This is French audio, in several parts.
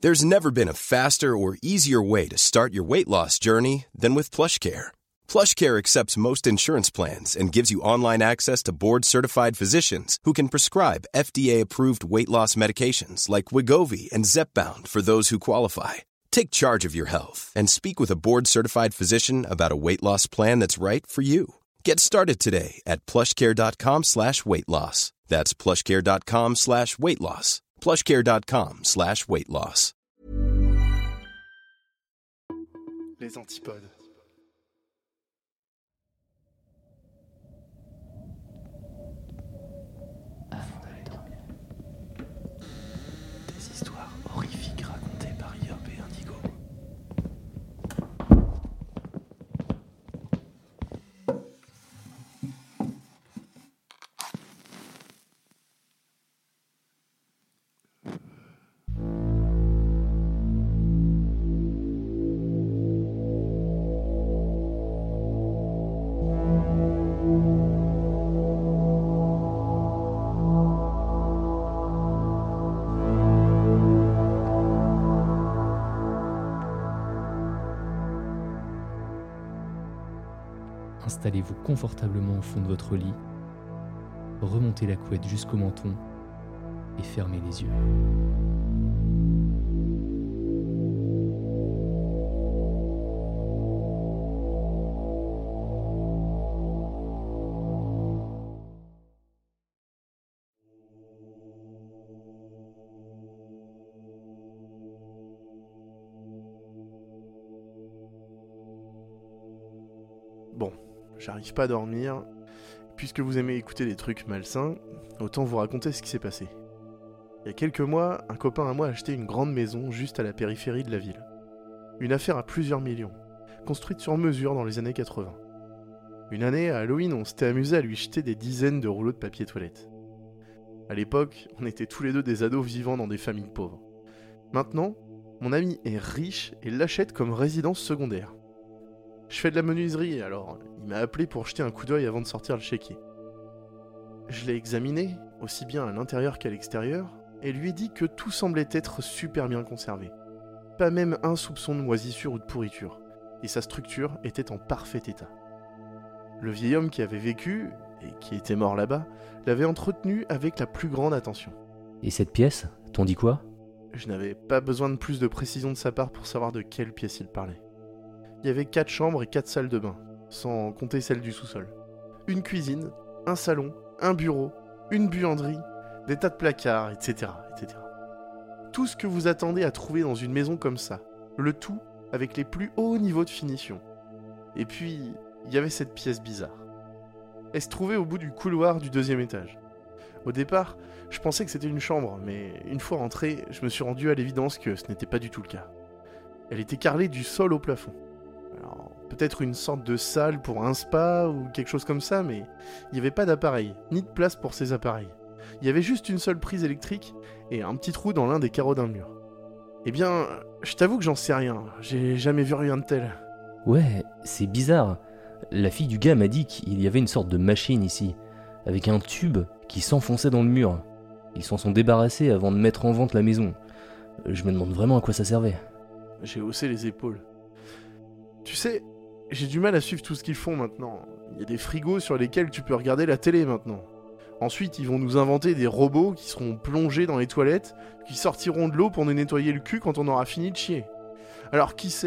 There's never been a faster or easier way to start your weight loss journey than with PlushCare. PlushCare accepts most insurance plans and gives you online access to board-certified physicians who can prescribe FDA-approved weight loss medications like Wegovy and Zepbound for those who qualify. Take charge of your health and speak with a board-certified physician about a weight loss plan that's right for you. Get started today at plushcare.com/weight loss. That's plushcare.com/weight loss. plushcare.com/weight loss. Les antipodes. Avant d'aller dormir. Des histoires horrifiques racontées par Yop et Indigo. Installez-vous confortablement au fond de votre lit, remontez la couette jusqu'au menton et fermez les yeux. Bon, j'arrive pas à dormir. Puisque vous aimez écouter des trucs malsains, autant vous raconter ce qui s'est passé. Il y a quelques mois, un copain à moi a acheté une grande maison juste à la périphérie de la ville. Une affaire à plusieurs millions, construite sur mesure dans les années 80. Une année, à Halloween, on s'était amusé à lui jeter des dizaines de rouleaux de papier toilette. À l'époque, on était tous les deux des ados vivant dans des familles pauvres. Maintenant, mon ami est riche et l'achète comme résidence secondaire. Je fais de la menuiserie, alors il m'a appelé pour jeter un coup d'œil avant de sortir le chéquier. Je l'ai examiné, aussi bien à l'intérieur qu'à l'extérieur, et lui ai dit que tout semblait être super bien conservé. Pas même un soupçon de moisissure ou de pourriture, et sa structure était en parfait état. Le vieil homme qui avait vécu, et qui était mort là-bas, l'avait entretenu avec la plus grande attention. Et cette pièce, t'en dis quoi ? Je n'avais pas besoin de plus de précision de sa part pour savoir de quelle pièce il parlait. Il y avait 4 chambres et 4 salles de bain, sans compter celle du sous-sol. Une cuisine, un salon, un bureau, une buanderie, des tas de placards, etc., etc. Tout ce que vous attendez à trouver dans une maison comme ça. Le tout avec les plus hauts niveaux de finition. Et puis, il y avait cette pièce bizarre. Elle se trouvait au bout du couloir du 2e étage. Au départ, je pensais que c'était une chambre, mais une fois rentré, je me suis rendu à l'évidence que ce n'était pas du tout le cas. Elle était carrelée du sol au plafond. Alors, peut-être une sorte de salle pour un spa ou quelque chose comme ça, mais il n'y avait pas d'appareil, ni de place pour ces appareils. Il y avait juste une seule prise électrique et un petit trou dans l'un des carreaux d'un mur. Eh bien, je t'avoue que j'en sais rien, j'ai jamais vu rien de tel. Ouais, c'est bizarre. La fille du gars m'a dit qu'il y avait une sorte de machine ici, avec un tube qui s'enfonçait dans le mur. Ils s'en sont débarrassés avant de mettre en vente la maison. Je me demande vraiment à quoi ça servait. J'ai haussé les épaules. Tu sais, j'ai du mal à suivre tout ce qu'ils font maintenant. Il y a des frigos sur lesquels tu peux regarder la télé maintenant. Ensuite, ils vont nous inventer des robots qui seront plongés dans les toilettes, qui sortiront de l'eau pour nous nettoyer le cul quand on aura fini de chier. Alors qui sait ?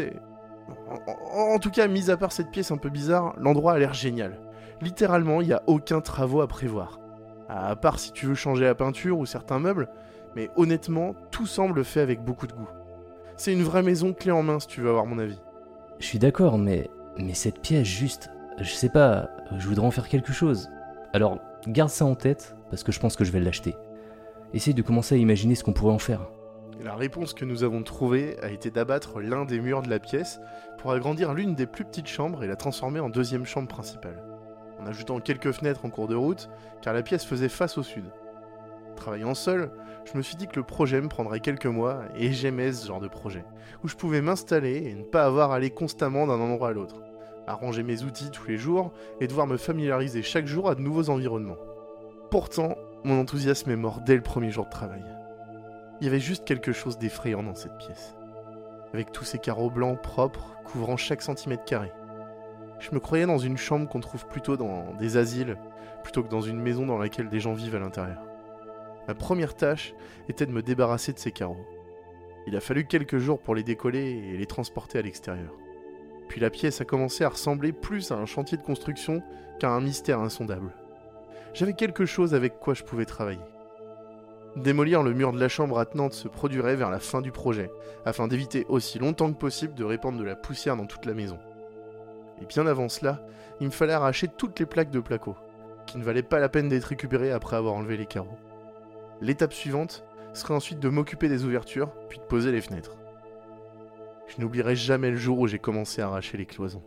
En tout cas, mis à part cette pièce un peu bizarre, l'endroit a l'air génial. Littéralement, il n'y a aucun travaux à prévoir. À part si tu veux changer la peinture ou certains meubles, mais honnêtement, tout semble fait avec beaucoup de goût. C'est une vraie maison clé en main si tu veux avoir mon avis. Je suis d'accord, mais cette pièce, juste... Je sais pas, je voudrais en faire quelque chose. Alors, garde ça en tête, parce que je pense que je vais l'acheter. Essaye de commencer à imaginer ce qu'on pourrait en faire. La réponse que nous avons trouvée a été d'abattre l'un des murs de la pièce pour agrandir l'une des plus petites chambres et la transformer en 2e chambre principale, en ajoutant quelques fenêtres en cours de route, car la pièce faisait face au sud. Travaillant seul, je me suis dit que le projet me prendrait quelques mois, et j'aimais ce genre de projet, où je pouvais m'installer et ne pas avoir à aller constamment d'un endroit à l'autre, à ranger mes outils tous les jours et devoir me familiariser chaque jour à de nouveaux environnements. Pourtant, mon enthousiasme est mort dès le premier jour de travail. Il y avait juste quelque chose d'effrayant dans cette pièce. Avec tous ces carreaux blancs propres couvrant chaque centimètre carré. Je me croyais dans une chambre qu'on trouve plutôt dans des asiles, plutôt que dans une maison dans laquelle des gens vivent à l'intérieur. Ma première tâche était de me débarrasser de ces carreaux. Il a fallu quelques jours pour les décoller et les transporter à l'extérieur. Puis la pièce a commencé à ressembler plus à un chantier de construction qu'à un mystère insondable. J'avais quelque chose avec quoi je pouvais travailler. Démolir le mur de la chambre attenante se produirait vers la fin du projet, afin d'éviter aussi longtemps que possible de répandre de la poussière dans toute la maison. Et bien avant cela, il me fallait arracher toutes les plaques de placo, qui ne valaient pas la peine d'être récupérées après avoir enlevé les carreaux. L'étape suivante serait ensuite de m'occuper des ouvertures, puis de poser les fenêtres. Je n'oublierai jamais le jour où j'ai commencé à arracher les cloisons.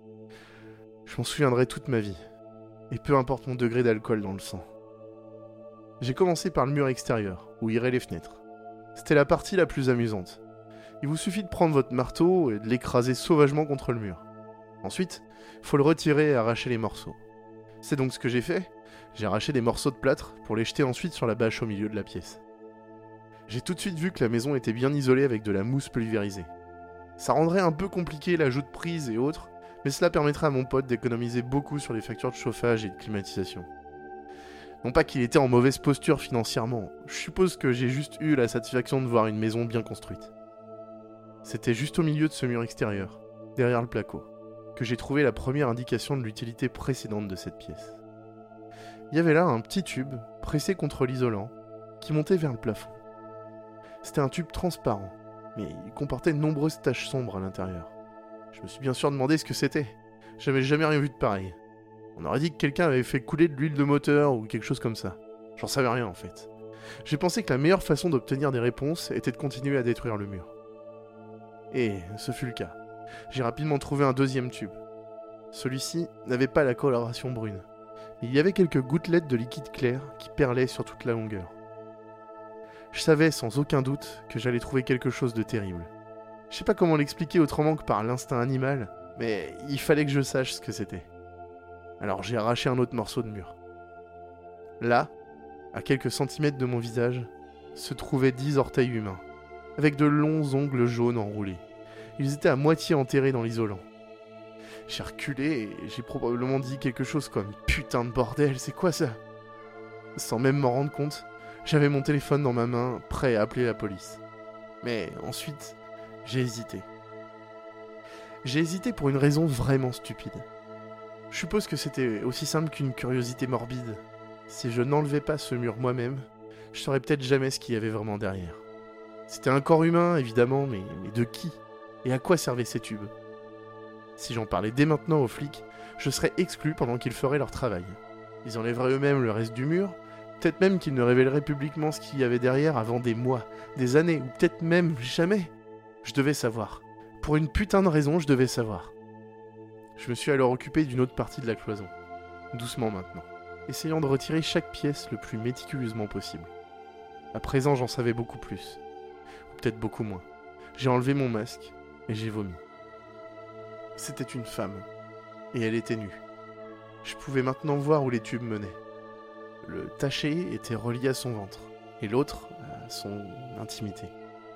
Je m'en souviendrai toute ma vie, et peu importe mon degré d'alcool dans le sang. J'ai commencé par le mur extérieur, où iraient les fenêtres. C'était la partie la plus amusante. Il vous suffit de prendre votre marteau et de l'écraser sauvagement contre le mur. Ensuite, faut le retirer et arracher les morceaux. C'est donc ce que j'ai fait. J'ai arraché des morceaux de plâtre pour les jeter ensuite sur la bâche au milieu de la pièce. J'ai tout de suite vu que la maison était bien isolée avec de la mousse pulvérisée. Ça rendrait un peu compliqué l'ajout de prises et autres, mais cela permettrait à mon pote d'économiser beaucoup sur les factures de chauffage et de climatisation. Non pas qu'il était en mauvaise posture financièrement, je suppose que j'ai juste eu la satisfaction de voir une maison bien construite. C'était juste au milieu de ce mur extérieur, derrière le placo, que j'ai trouvé la première indication de l'utilité précédente de cette pièce. Il y avait là un petit tube, pressé contre l'isolant, qui montait vers le plafond. C'était un tube transparent, mais il comportait de nombreuses taches sombres à l'intérieur. Je me suis bien sûr demandé ce que c'était. J'avais jamais rien vu de pareil. On aurait dit que quelqu'un avait fait couler de l'huile de moteur ou quelque chose comme ça. J'en savais rien en fait. J'ai pensé que la meilleure façon d'obtenir des réponses était de continuer à détruire le mur. Et ce fut le cas. J'ai rapidement trouvé un deuxième tube. Celui-ci n'avait pas la coloration brune. Mais il y avait quelques gouttelettes de liquide clair qui perlaient sur toute la longueur. Je savais sans aucun doute que j'allais trouver quelque chose de terrible. Je sais pas comment l'expliquer autrement que par l'instinct animal, mais il fallait que je sache ce que c'était. Alors j'ai arraché un autre morceau de mur. Là, à quelques centimètres de mon visage, se trouvaient 10 orteils humains, avec de longs ongles jaunes enroulés. Ils étaient à moitié enterrés dans l'isolant. J'ai reculé et j'ai probablement dit quelque chose comme « Putain de bordel, c'est quoi ça ?» Sans même m'en rendre compte, j'avais mon téléphone dans ma main, prêt à appeler la police. Mais ensuite, j'ai hésité. J'ai hésité pour une raison vraiment stupide. Je suppose que c'était aussi simple qu'une curiosité morbide. Si je n'enlevais pas ce mur moi-même, je saurais peut-être jamais ce qu'il y avait vraiment derrière. C'était un corps humain, évidemment, mais de qui ? Et à quoi servaient ces tubes ? Si j'en parlais dès maintenant aux flics, je serais exclu pendant qu'ils feraient leur travail. Ils enlèveraient eux-mêmes le reste du mur, peut-être même qu'ils ne révéleraient publiquement ce qu'il y avait derrière avant des mois, des années, ou peut-être même jamais. Je devais savoir. Pour une putain de raison, je devais savoir. Je me suis alors occupé d'une autre partie de la cloison, doucement maintenant, essayant de retirer chaque pièce le plus méticuleusement possible. À présent, j'en savais beaucoup plus, ou peut-être beaucoup moins. J'ai enlevé mon masque et j'ai vomi. C'était une femme, et elle était nue. Je pouvais maintenant voir où les tubes menaient. Le taché était relié à son ventre, et l'autre à son intimité.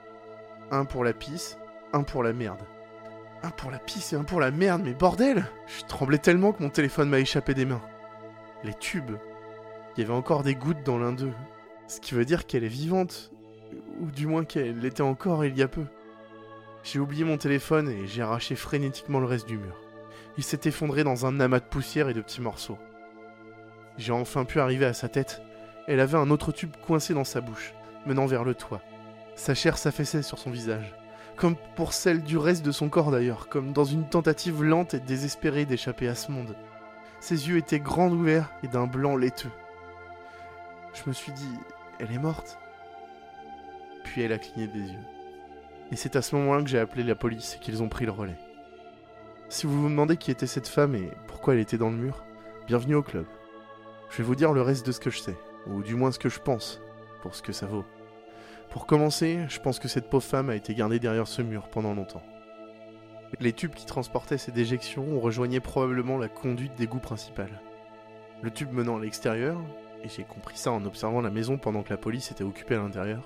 Un pour la pisse, un pour la merde. Un pour la pisse et un pour la merde, mais bordel ! Je tremblais tellement que mon téléphone m'a échappé des mains. Les tubes. Il y avait encore des gouttes dans l'un d'eux. Ce qui veut dire qu'elle est vivante. Ou du moins qu'elle l'était encore il y a peu. J'ai oublié mon téléphone et j'ai arraché frénétiquement le reste du mur. Il s'est effondré dans un amas de poussière et de petits morceaux. J'ai enfin pu arriver à sa tête. Elle avait un autre tube coincé dans sa bouche, menant vers le toit. Sa chair s'affaissait sur son visage. Comme pour celle du reste de son corps d'ailleurs, comme dans une tentative lente et désespérée d'échapper à ce monde. Ses yeux étaient grands ouverts et d'un blanc laiteux. Je me suis dit, elle est morte. Puis elle a cligné des yeux. Et c'est à ce moment-là que j'ai appelé la police et qu'ils ont pris le relais. Si vous vous demandez qui était cette femme et pourquoi elle était dans le mur, bienvenue au club. Je vais vous dire le reste de ce que je sais, ou du moins ce que je pense, pour ce que ça vaut. Pour commencer, je pense que cette pauvre femme a été gardée derrière ce mur pendant longtemps. Les tubes qui transportaient ces déjections rejoignaient probablement la conduite d'égout principale. Le tube menant à l'extérieur, et j'ai compris ça en observant la maison pendant que la police était occupée à l'intérieur,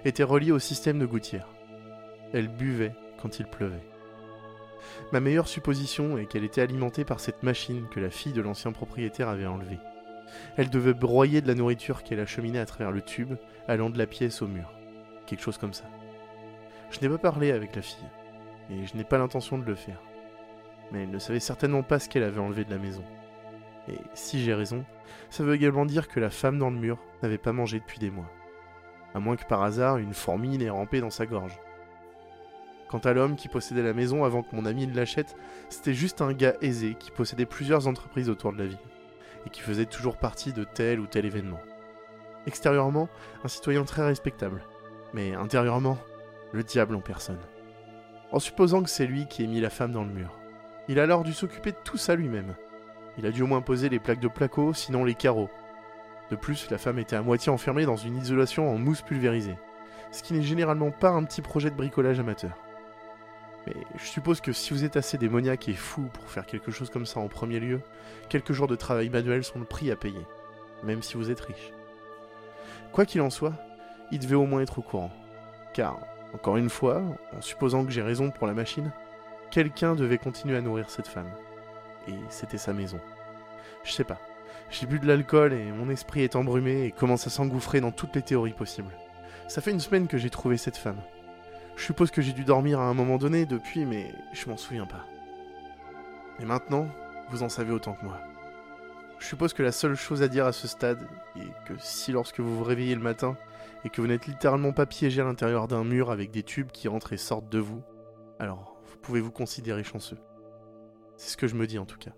était reliée au système de gouttière. Elle buvait quand il pleuvait. Ma meilleure supposition est qu'elle était alimentée par cette machine que la fille de l'ancien propriétaire avait enlevée. Elle devait broyer de la nourriture qu'elle acheminait à travers le tube, allant de la pièce au mur. Quelque chose comme ça. Je n'ai pas parlé avec la fille, et je n'ai pas l'intention de le faire. Mais elle ne savait certainement pas ce qu'elle avait enlevé de la maison. Et si j'ai raison, ça veut également dire que la femme dans le mur n'avait pas mangé depuis des mois. À moins que par hasard, une fourmi n'ait rampé dans sa gorge. Quant à l'homme qui possédait la maison avant que mon ami ne l'achète, c'était juste un gars aisé qui possédait plusieurs entreprises autour de la ville, et qui faisait toujours partie de tel ou tel événement. Extérieurement, un citoyen très respectable, mais intérieurement, le diable en personne. En supposant que c'est lui qui ait mis la femme dans le mur, il a alors dû s'occuper de tout ça lui-même. Il a dû au moins poser les plaques de placo, sinon les carreaux. De plus, la femme était à moitié enfermée dans une isolation en mousse pulvérisée, ce qui n'est généralement pas un petit projet de bricolage amateur. Mais je suppose que si vous êtes assez démoniaque et fou pour faire quelque chose comme ça en premier lieu, quelques jours de travail manuel sont le prix à payer, même si vous êtes riche. Quoi qu'il en soit, il devait au moins être au courant. Car, encore une fois, en supposant que j'ai raison pour la machine, quelqu'un devait continuer à nourrir cette femme. Et c'était sa maison. Je sais pas. J'ai bu de l'alcool et mon esprit est embrumé et commence à s'engouffrer dans toutes les théories possibles. Ça fait une semaine que j'ai trouvé cette femme. Je suppose que j'ai dû dormir à un moment donné depuis, mais je m'en souviens pas. Et maintenant, vous en savez autant que moi. Je suppose que la seule chose à dire à ce stade est que si lorsque vous vous réveillez le matin et que vous n'êtes littéralement pas piégé à l'intérieur d'un mur avec des tubes qui entrent et sortent de vous, alors vous pouvez vous considérer chanceux. C'est ce que je me dis en tout cas.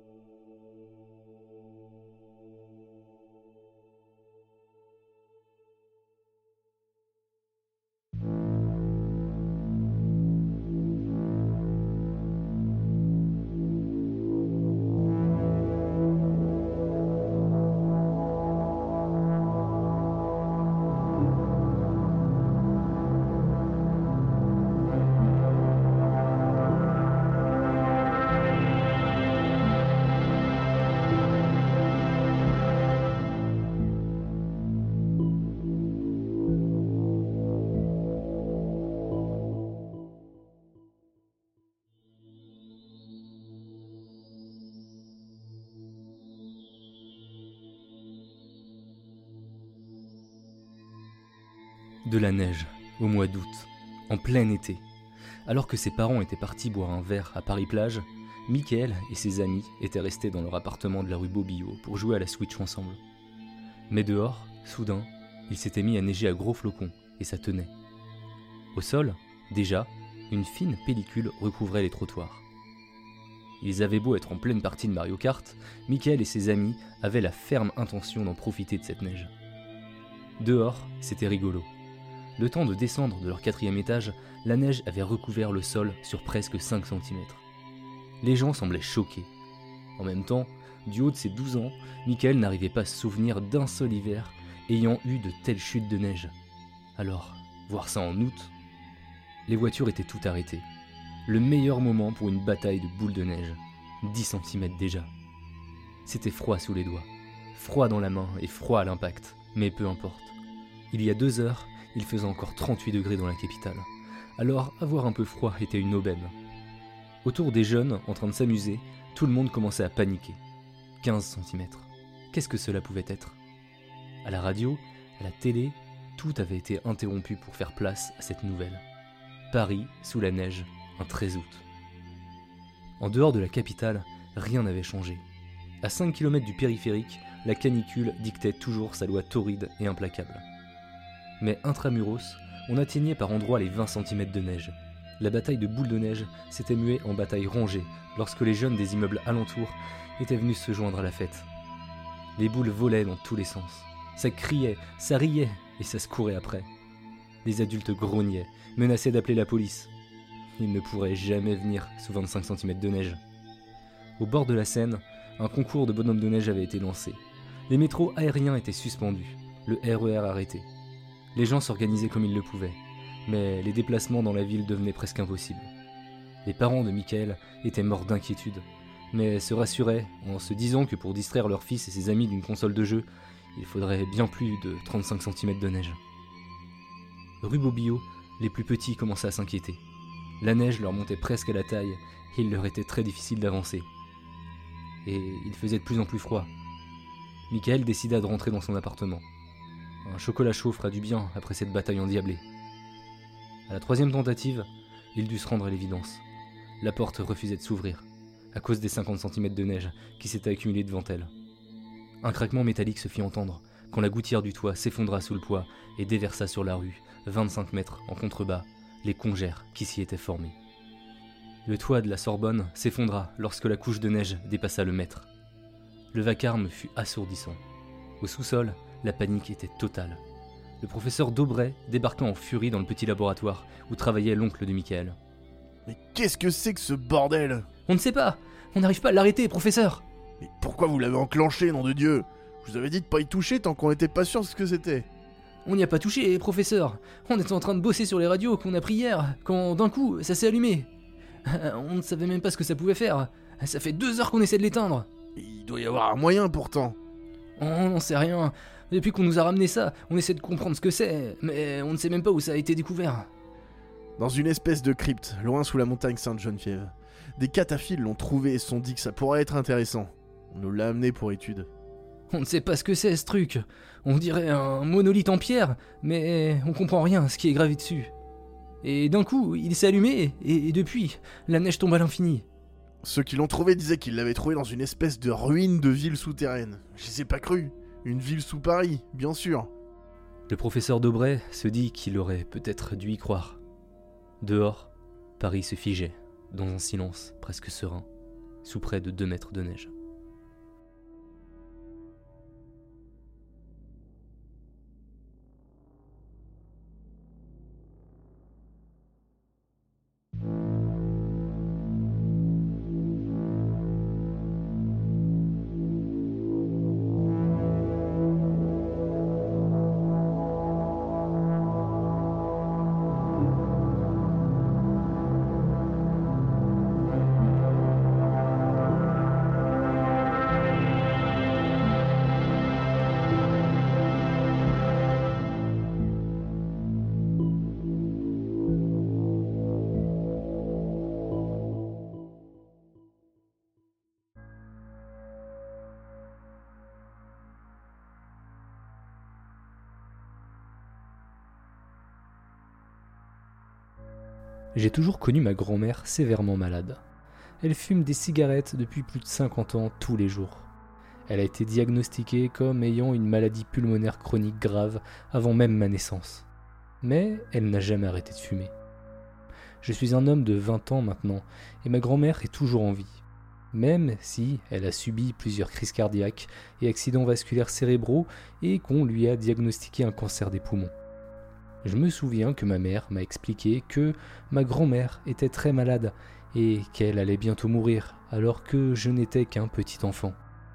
De la neige, au mois d'août, en plein été. Alors que ses parents étaient partis boire un verre à Paris-Plage, Mickaël et ses amis étaient restés dans leur appartement de la rue Bobillot pour jouer à la Switch ensemble. Mais dehors, soudain, il s'était mis à neiger à gros flocons, et ça tenait. Au sol, déjà, une fine pellicule recouvrait les trottoirs. Ils avaient beau être en pleine partie de Mario Kart, Mickaël et ses amis avaient la ferme intention d'en profiter de cette neige. Dehors, c'était rigolo. Le temps de descendre de leur 4e étage, la neige avait recouvert le sol sur presque 5 cm. Les gens semblaient choqués. En même temps, du haut de ses 12 ans, Mickaël n'arrivait pas à se souvenir d'un seul hiver ayant eu de telles chutes de neige. Alors, voir ça en août, les voitures étaient toutes arrêtées. Le meilleur moment pour une bataille de boules de neige. 10 cm déjà. C'était froid sous les doigts, froid dans la main et froid à l'impact, mais peu importe. Il y a 2 heures, il faisait encore 38 degrés dans la capitale. Alors, avoir un peu froid était une aubaine. Autour des jeunes, en train de s'amuser, tout le monde commençait à paniquer. 15 cm. Qu'est-ce que cela pouvait être ? À la radio, à la télé, tout avait été interrompu pour faire place à cette nouvelle. Paris, sous la neige, un 13 août. En dehors de la capitale, rien n'avait changé. À 5 km du périphérique, la canicule dictait toujours sa loi torride et implacable. Mais intramuros, on atteignait par endroits les 20 cm de neige. La bataille de boules de neige s'était muée en bataille rangée lorsque les jeunes des immeubles alentours étaient venus se joindre à la fête. Les boules volaient dans tous les sens. Ça criait, ça riait et ça se courait après. Les adultes grognaient, menaçaient d'appeler la police. Ils ne pourraient jamais venir sous 25 cm de neige. Au bord de la Seine, un concours de bonhommes de neige avait été lancé. Les métros aériens étaient suspendus, le RER arrêté. Les gens s'organisaient comme ils le pouvaient, mais les déplacements dans la ville devenaient presque impossibles. Les parents de Mickaël étaient morts d'inquiétude, mais se rassuraient en se disant que pour distraire leur fils et ses amis d'une console de jeu, il faudrait bien plus de 35 cm de neige. Rue Bobillot, les plus petits commençaient à s'inquiéter. La neige leur montait presque à la taille et il leur était très difficile d'avancer. Et il faisait de plus en plus froid. Michael décida de rentrer dans son appartement. Un chocolat chaud fera du bien après cette bataille endiablée. À la 3e tentative, il dut se rendre à l'évidence. La porte refusait de s'ouvrir, à cause des 50 cm de neige qui s'étaient accumulés devant elle. Un craquement métallique se fit entendre, quand la gouttière du toit s'effondra sous le poids et déversa sur la rue, 25 mètres en contrebas, les congères qui s'y étaient formés. Le toit de la Sorbonne s'effondra lorsque la couche de neige dépassa le mètre. Le vacarme fut assourdissant. Au sous-sol, la panique était totale. Le professeur Daubray débarqua en furie dans le petit laboratoire où travaillait l'oncle de Michael. « Mais qu'est-ce que c'est que ce bordel ? On ne sait pas. On n'arrive pas à l'arrêter, professeur. Mais pourquoi vous l'avez enclenché, nom de Dieu ? Je vous avais dit de pas y toucher tant qu'on n'était pas sûr de ce que c'était. » On n'y a pas touché, professeur. On était en train de bosser sur les radios qu'on a pris hier, quand d'un coup, ça s'est allumé. On ne savait même pas ce que ça pouvait faire. Ça fait 2 heures qu'on essaie de l'éteindre. Il doit y avoir un moyen pourtant. On n'en sait rien. Depuis qu'on nous a ramené ça, on essaie de comprendre ce que c'est, mais on ne sait même pas où ça a été découvert. Dans une espèce de crypte, loin sous la montagne Sainte-Geneviève, des cataphiles l'ont trouvé et se sont dit que ça pourrait être intéressant. On nous l'a amené pour étude. On ne sait pas ce que c'est, ce truc. On dirait un monolithe en pierre, mais on comprend rien à ce qui est gravé dessus. Et d'un coup, il s'est allumé, et depuis, la neige tombe à l'infini. Ceux qui l'ont trouvé disaient qu'ils l'avaient trouvé dans une espèce de ruine de ville souterraine. Je les ai pas cru. Une ville sous Paris, bien sûr. Le professeur Daubray se dit qu'il aurait peut-être dû y croire. Dehors, Paris se figeait, dans un silence presque serein, sous près de 2 mètres de neige. J'ai toujours connu ma grand-mère sévèrement malade. Elle fume des cigarettes depuis plus de 50 ans tous les jours. Elle a été diagnostiquée comme ayant une maladie pulmonaire chronique grave avant même ma naissance. Mais elle n'a jamais arrêté de fumer. Je suis un homme de 20 ans maintenant et ma grand-mère est toujours en vie. Même si elle a subi plusieurs crises cardiaques et accidents vasculaires cérébraux et qu'on lui a diagnostiqué un cancer des poumons. Je me souviens que ma mère m'a expliqué que ma grand-mère était très malade et qu'elle allait bientôt mourir alors que je n'étais qu'un petit enfant.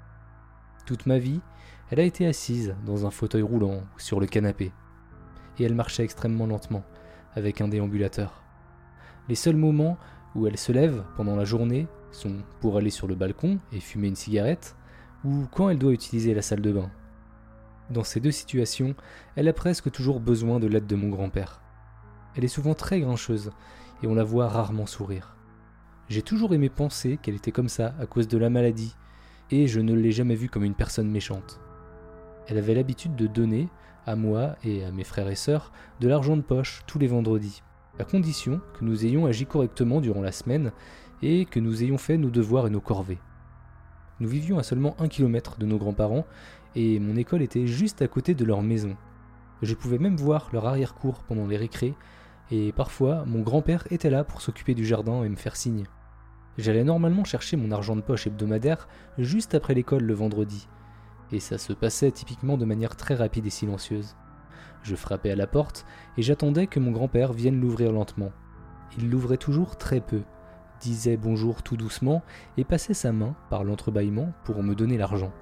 Toute ma vie, elle a été assise dans un fauteuil roulant ou sur le canapé et elle marchait extrêmement lentement avec un déambulateur. Les seuls moments où elle se lève pendant la journée sont pour aller sur le balcon et fumer une cigarette ou quand elle doit utiliser la salle de bain. Dans ces 2 situations, elle a presque toujours besoin de l'aide de mon grand-père. Elle est souvent très grincheuse et on la voit rarement sourire. J'ai toujours aimé penser qu'elle était comme ça à cause de la maladie et je ne l'ai jamais vue comme une personne méchante. Elle avait l'habitude de donner, à moi et à mes frères et sœurs, de l'argent de poche tous les vendredis, à condition que nous ayons agi correctement durant la semaine et que nous ayons fait nos devoirs et nos corvées. Nous vivions à seulement 1 kilomètre de nos grands-parents et mon école était juste à côté de leur maison. Je pouvais même voir leur arrière-cour pendant les récrés et parfois mon grand-père était là pour s'occuper du jardin et me faire signe. J'allais normalement chercher mon argent de poche hebdomadaire juste après l'école le vendredi et ça se passait typiquement de manière très rapide et silencieuse. Je frappais à la porte et j'attendais que mon grand-père vienne l'ouvrir lentement. Il l'ouvrait toujours très peu, disait bonjour tout doucement et passait sa main par l'entrebâillement pour me donner l'argent.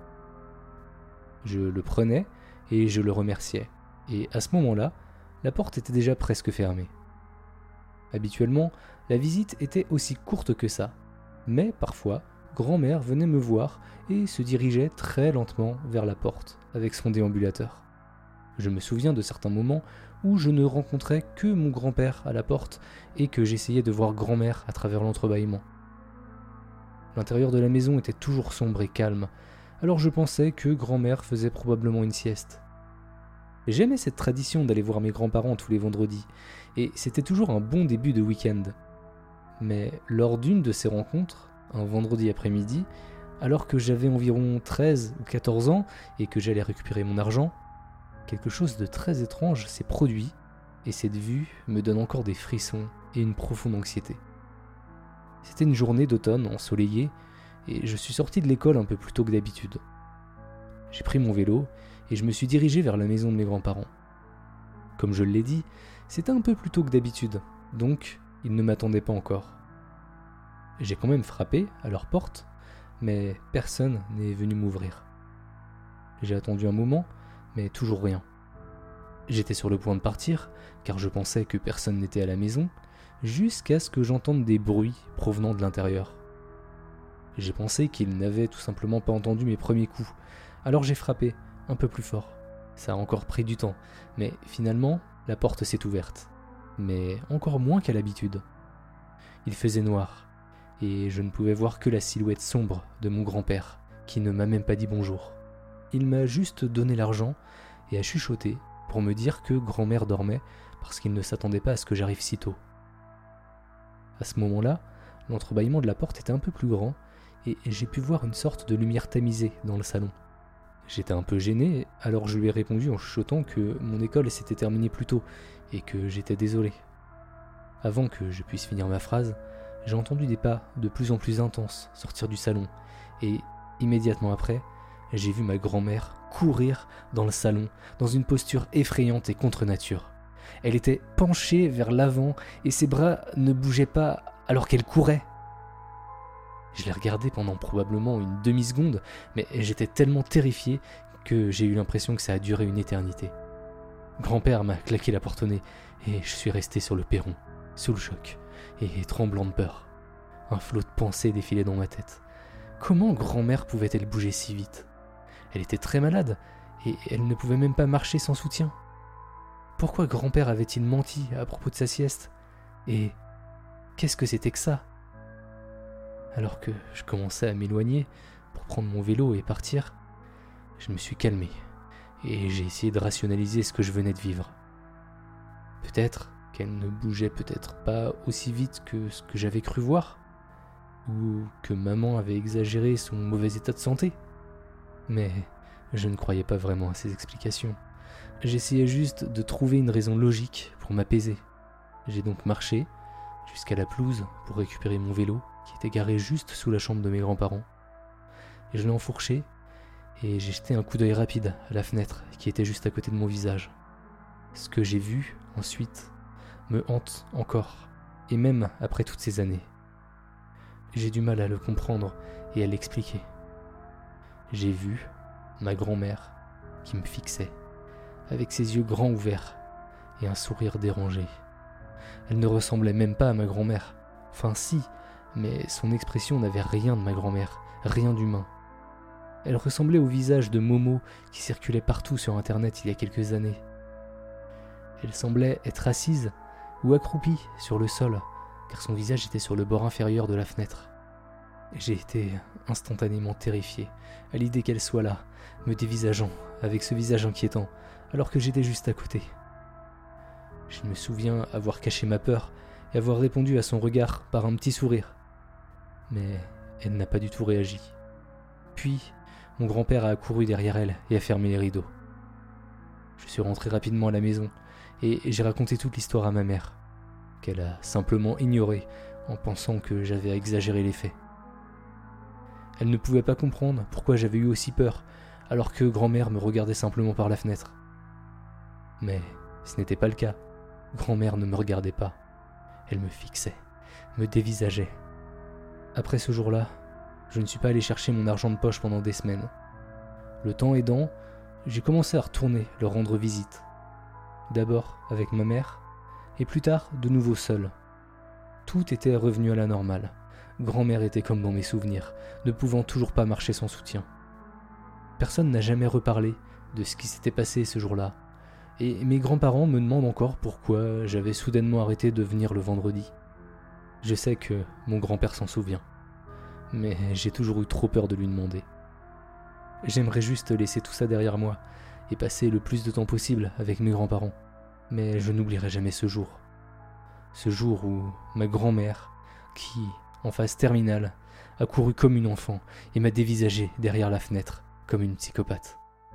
Je le prenais et je le remerciais, et à ce moment-là, la porte était déjà presque fermée. Habituellement, la visite était aussi courte que ça, mais parfois, grand-mère venait me voir et se dirigeait très lentement vers la porte avec son déambulateur. Je me souviens de certains moments où je ne rencontrais que mon grand-père à la porte et que j'essayais de voir grand-mère à travers l'entrebâillement. L'intérieur de la maison était toujours sombre et calme, alors je pensais que grand-mère faisait probablement une sieste. J'aimais cette tradition d'aller voir mes grands-parents tous les vendredis, et c'était toujours un bon début de week-end. Mais lors d'une de ces rencontres, un vendredi après-midi, alors que j'avais environ 13 ou 14 ans et que j'allais récupérer mon argent, quelque chose de très étrange s'est produit, et cette vue me donne encore des frissons et une profonde anxiété. C'était une journée d'automne ensoleillée, et je suis sorti de l'école un peu plus tôt que d'habitude. J'ai pris mon vélo, et je me suis dirigé vers la maison de mes grands-parents. Comme je l'ai dit, c'était un peu plus tôt que d'habitude, donc ils ne m'attendaient pas encore. J'ai quand même frappé à leur porte, mais personne n'est venu m'ouvrir. J'ai attendu un moment, mais toujours rien. J'étais sur le point de partir, car je pensais que personne n'était à la maison, jusqu'à ce que j'entende des bruits provenant de l'intérieur. J'ai pensé qu'ils n'avaient tout simplement pas entendu mes premiers coups, alors j'ai frappé un peu plus fort. Ça a encore pris du temps, mais finalement, la porte s'est ouverte. Mais encore moins qu'à l'habitude. Il faisait noir, et je ne pouvais voir que la silhouette sombre de mon grand-père, qui ne m'a même pas dit bonjour. Il m'a juste donné l'argent et a chuchoté pour me dire que grand-mère dormait parce qu'il ne s'attendait pas à ce que j'arrive si tôt. À ce moment-là, l'entrebâillement de la porte était un peu plus grand et j'ai pu voir une sorte de lumière tamisée dans le salon. J'étais un peu gêné, alors je lui ai répondu en chuchotant que mon école s'était terminée plus tôt et que j'étais désolé. Avant que je puisse finir ma phrase, j'ai entendu des pas de plus en plus intenses sortir du salon et, immédiatement après, j'ai vu ma grand-mère courir dans le salon dans une posture effrayante et contre nature. Elle était penchée vers l'avant et ses bras ne bougeaient pas alors qu'elle courait. Je l'ai regardée pendant probablement une demi-seconde, mais j'étais tellement terrifié que j'ai eu l'impression que ça a duré une éternité. Grand-père m'a claqué la porte au nez et je suis resté sur le perron, sous le choc et tremblant de peur. Un flot de pensées défilait dans ma tête. Comment grand-mère pouvait-elle bouger si vite ? Elle était très malade et elle ne pouvait même pas marcher sans soutien. Pourquoi grand-père avait-il menti à propos de sa sieste ? Et qu'est-ce que c'était que ça ? Alors que je commençais à m'éloigner pour prendre mon vélo et partir, je me suis calmé et j'ai essayé de rationaliser ce que je venais de vivre. Peut-être qu'elle ne bougeait peut-être pas aussi vite que ce que j'avais cru voir, ou que maman avait exagéré son mauvais état de santé. Mais je ne croyais pas vraiment à ces explications. J'essayais juste de trouver une raison logique pour m'apaiser. J'ai donc marché jusqu'à la pelouse pour récupérer mon vélo qui était garé juste sous la chambre de mes grands-parents. Et je l'ai enfourché et j'ai jeté un coup d'œil rapide à la fenêtre qui était juste à côté de mon visage. Ce que j'ai vu ensuite me hante encore, et même après toutes ces années. J'ai du mal à le comprendre et à l'expliquer. J'ai vu ma grand-mère qui me fixait, avec ses yeux grands ouverts et un sourire dérangé. Elle ne ressemblait même pas à ma grand-mère. Enfin si, mais son expression n'avait rien de ma grand-mère, rien d'humain. Elle ressemblait au visage de Momo qui circulait partout sur internet il y a quelques années. Elle semblait être assise ou accroupie sur le sol, car son visage était sur le bord inférieur de la fenêtre. J'ai été instantanément terrifié à l'idée qu'elle soit là, me dévisageant avec ce visage inquiétant, alors que j'étais juste à côté. Je me souviens avoir caché ma peur et avoir répondu à son regard par un petit sourire. Mais elle n'a pas du tout réagi. Puis, mon grand-père a accouru derrière elle et a fermé les rideaux. Je suis rentré rapidement à la maison et j'ai raconté toute l'histoire à ma mère, qu'elle a simplement ignorée en pensant que j'avais exagéré les faits. Elle ne pouvait pas comprendre pourquoi j'avais eu aussi peur, alors que grand-mère me regardait simplement par la fenêtre. Mais ce n'était pas le cas. Grand-mère ne me regardait pas. Elle me fixait, me dévisageait. Après ce jour-là, je ne suis pas allé chercher mon argent de poche pendant des semaines. Le temps aidant, j'ai commencé à retourner leur rendre visite. D'abord avec ma mère, et plus tard de nouveau seul. Tout était revenu à la normale. Grand-mère était comme dans mes souvenirs, ne pouvant toujours pas marcher sans soutien. Personne n'a jamais reparlé de ce qui s'était passé ce jour-là, Et mes grands-parents me demandent encore pourquoi j'avais soudainement arrêté de venir le vendredi. Je sais que mon grand-père s'en souvient, mais j'ai toujours eu trop peur de lui demander. J'aimerais juste laisser tout ça derrière moi et passer le plus de temps possible avec mes grands-parents. Mais je n'oublierai jamais ce jour. Ce jour où ma grand-mère, qui, en phase terminale, a couru comme une enfant et m'a dévisagé derrière la fenêtre comme une psychopathe.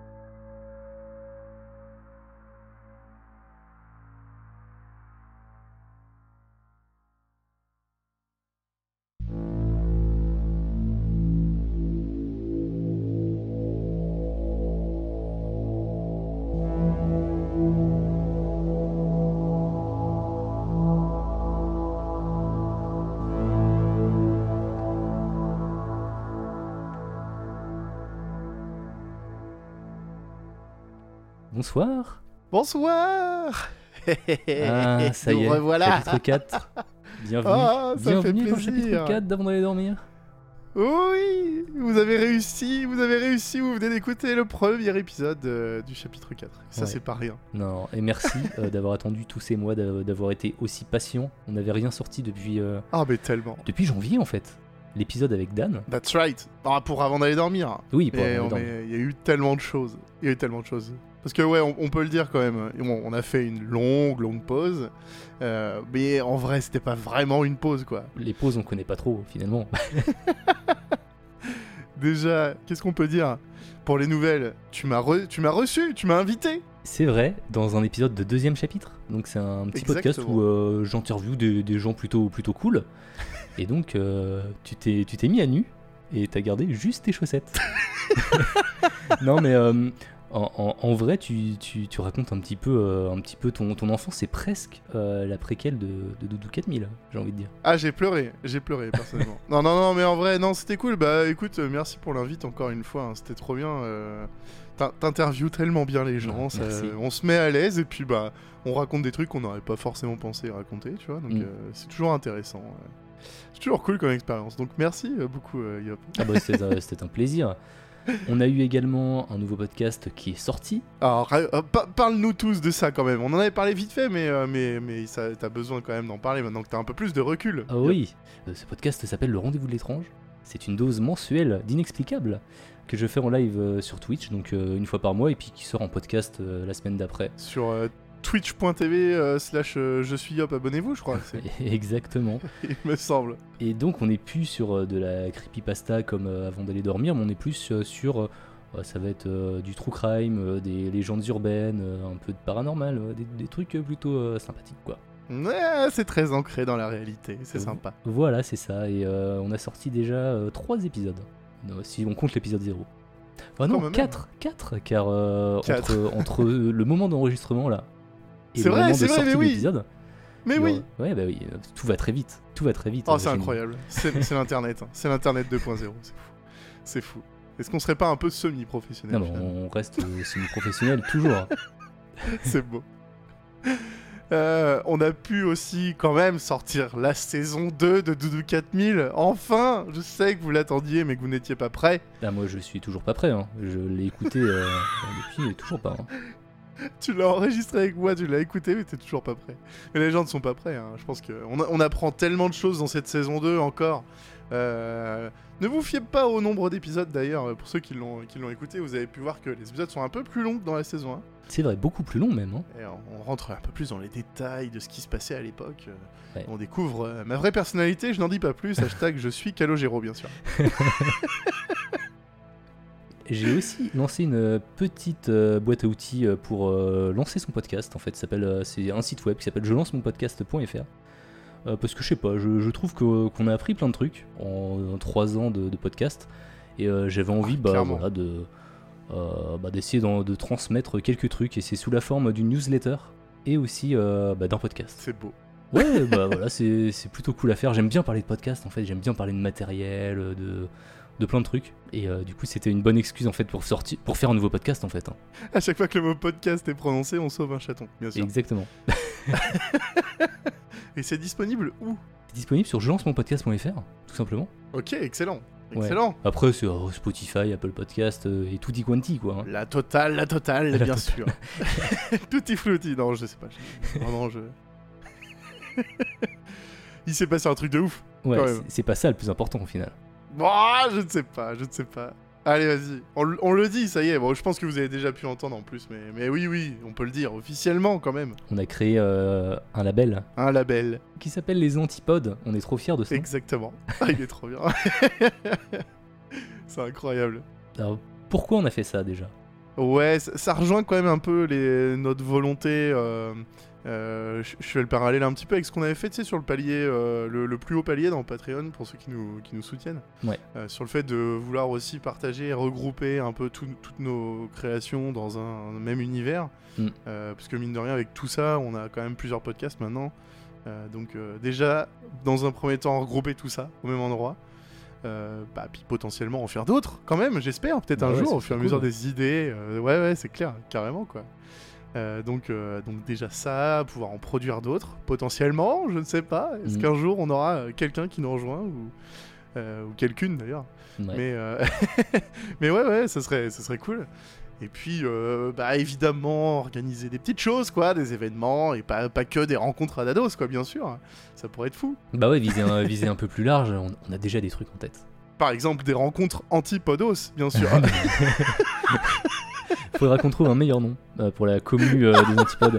Bonsoir. Bonsoir. Ah, ça y est, revoilà. chapitre 4. Bienvenue, Ah, ça fait bienvenue dans le plaisir. chapitre 4 d'Avant d'aller dormir. Oui, vous avez réussi, vous venez d'écouter le premier épisode du chapitre 4. Ça, Ouais. c'est pas rien. Non, et merci d'avoir attendu tous ces mois, d'avoir été aussi patient. On n'avait rien sorti depuis Tellement. janvier en fait. L'épisode avec Dan. That's right. Ah, pour avant d'aller dormir. Oui, pour Et Avant on d'aller est- dormir. il y a eu tellement de choses. Parce que ouais, on peut le dire quand même. Bon, on a fait une longue pause. Mais en vrai, c'était pas vraiment une pause, quoi. Les pauses, on connaît pas trop finalement. Déjà, qu'est-ce qu'on peut dire pour les nouvelles? Tu m'as reçu, tu m'as invité. C'est vrai, dans un épisode de deuxième chapitre. Donc c'est un petit podcast Exactement. où j'interviewe des gens plutôt cool. Et donc tu t'es mis à nu et t'as gardé juste tes chaussettes. Non mais en vrai tu racontes un petit peu ton enfance. C'est presque la préquelle de Doudou 4000, j'ai envie de dire. Ah, j'ai pleuré personnellement. non, mais en vrai, non, c'était cool. Bah écoute, merci pour l'invite encore une fois, hein, c'était trop bien. T'interviews tellement bien les gens, ça- Merci. on se met à l'aise et puis bah on raconte des trucs qu'on n'aurait pas forcément pensé raconter, tu vois. Donc c'est toujours intéressant. C'est toujours cool comme expérience. Donc merci beaucoup, Yop. Ah bah c'était un plaisir. On a eu également un nouveau podcast qui est sorti. Alors parle-nous tous de ça quand même. On en avait parlé vite fait, mais ça, t'as besoin quand même d'en parler maintenant que t'as un peu plus de recul. Ah oui, ce podcast s'appelle Le Rendez-vous de l'étrange. C'est une dose mensuelle d'inexplicable que je fais en live sur Twitch, donc une fois par mois, et puis qui sort en podcast la semaine d'après. Sur twitch.tv / je suis Yop, abonnez-vous, je crois. Exactement. Il me semble. Et donc on n'est plus sur de la creepypasta comme avant d'aller dormir, mais on est plus sur... ça va être du true crime, des légendes urbaines, un peu de paranormal, des trucs plutôt sympathiques quoi. Ouais, c'est très ancré dans la réalité, c'est sympa. Voilà, c'est ça, et on a sorti déjà 3 épisodes, si on compte l'épisode 0. Ah non, même. 4, car Quatre. entre le moment d'enregistrement là et C'est le vrai, moment c'est de vrai, sortie mais de oui. l'épisode, Mais il y oui. aura- ouais, bah oui, tout va très vite. Oh, c'est chez nous. incroyable. C'est l'internet, hein. C'est l'internet 2.0, c'est fou. C'est fou. Est-ce qu'on serait pas un peu semi-professionnel Non, mais finalement on reste semi-professionnel toujours. C'est beau. On a pu aussi quand même sortir la saison 2 de Doudou 4000. Enfin, je sais que vous l'attendiez mais que vous n'étiez pas prêts. Là, moi, je suis toujours pas prêt. Hein. Je l'ai écouté depuis, et toujours pas. Hein. Tu l'as enregistré avec moi, tu l'as écouté mais t'es toujours pas prêt. Mais les gens ne sont pas prêts, hein. Je pense qu'on apprend tellement de choses dans cette saison 2 encore. Ne vous fiez pas au nombre d'épisodes d'ailleurs, pour ceux qui l'ont écouté, vous avez pu voir que les épisodes sont un peu plus longs que dans la saison 1. C'est vrai, beaucoup plus long même. Hein. Et on rentre un peu plus dans les détails de ce qui se passait à l'époque. Ouais. On découvre ma vraie personnalité, je n'en dis pas plus. Hashtag je suis Calogero, bien sûr. J'ai aussi lancé une petite boîte à outils pour lancer son podcast. En fait, c'est un site web qui s'appelle je lance mon podcast.fr. Parce que je sais pas, je trouve qu'on a appris plein de trucs en 3 ans de podcast. Et j'avais envie clairement. d'essayer de transmettre quelques trucs. Et c'est sous la forme d'une newsletter et aussi d'un podcast. C'est beau. Ouais, bah voilà, c'est plutôt cool à faire. J'aime bien parler de podcast en fait, j'aime bien parler de matériel, de plein de trucs. Et du coup, c'était une bonne excuse en fait pour faire un nouveau podcast en fait. Hein. À chaque fois que le mot podcast est prononcé, on sauve un chaton, bien sûr. Exactement. Et c'est disponible où? C'est disponible sur je lance mon podcast.fr, tout simplement. Ok, excellent. Excellent. Après, c'est Spotify, Apple Podcast et tutti quanti, quoi. Hein. La totale, bien sûr. Tutti frutti. Non, je sais pas. Non, Il s'est passé un truc de ouf. Ouais, c'est pas ça le plus important au final. Bon, je ne sais pas. Allez, vas-y. On le dit, ça y est. Bon, je pense que vous avez déjà pu entendre en plus, mais oui, on peut le dire officiellement quand même. On a créé un label. Un label. Qui s'appelle Les Antipodes. On est trop fiers de ça. Exactement. Il est trop bien. C'est incroyable. Alors, pourquoi on a fait ça déjà ? Ouais, ça rejoint quand même un peu notre volonté. Je fais le parallèle un petit peu avec ce qu'on avait fait, tu sais, sur le palier, le plus haut palier dans Patreon, pour ceux qui nous soutiennent. Ouais. Sur le fait de vouloir aussi partager et regrouper un peu toutes nos créations dans un même univers. Parce que mine de rien, avec tout ça, on a quand même plusieurs podcasts maintenant. Donc déjà, dans un premier temps, regrouper tout ça au même endroit. Puis potentiellement en faire d'autres, quand même, j'espère, peut-être un jour, au fur et à mesure des idées. Ouais, c'est clair, carrément, quoi. Donc déjà ça, pouvoir en produire d'autres, potentiellement, je ne sais pas. Est-ce qu'un jour on aura quelqu'un qui nous rejoint ou quelqu'une d'ailleurs. Ouais. Mais ouais, ça serait cool. Et puis évidemment organiser des petites choses, quoi, des événements et pas que des rencontres à Dados, quoi, bien sûr. Ça pourrait être fou. Bah ouais, viser un peu plus large. On a déjà des trucs en tête. Par exemple des rencontres anti-Podos, bien sûr. Faudra qu'on trouve un meilleur nom pour la commu des antipodes.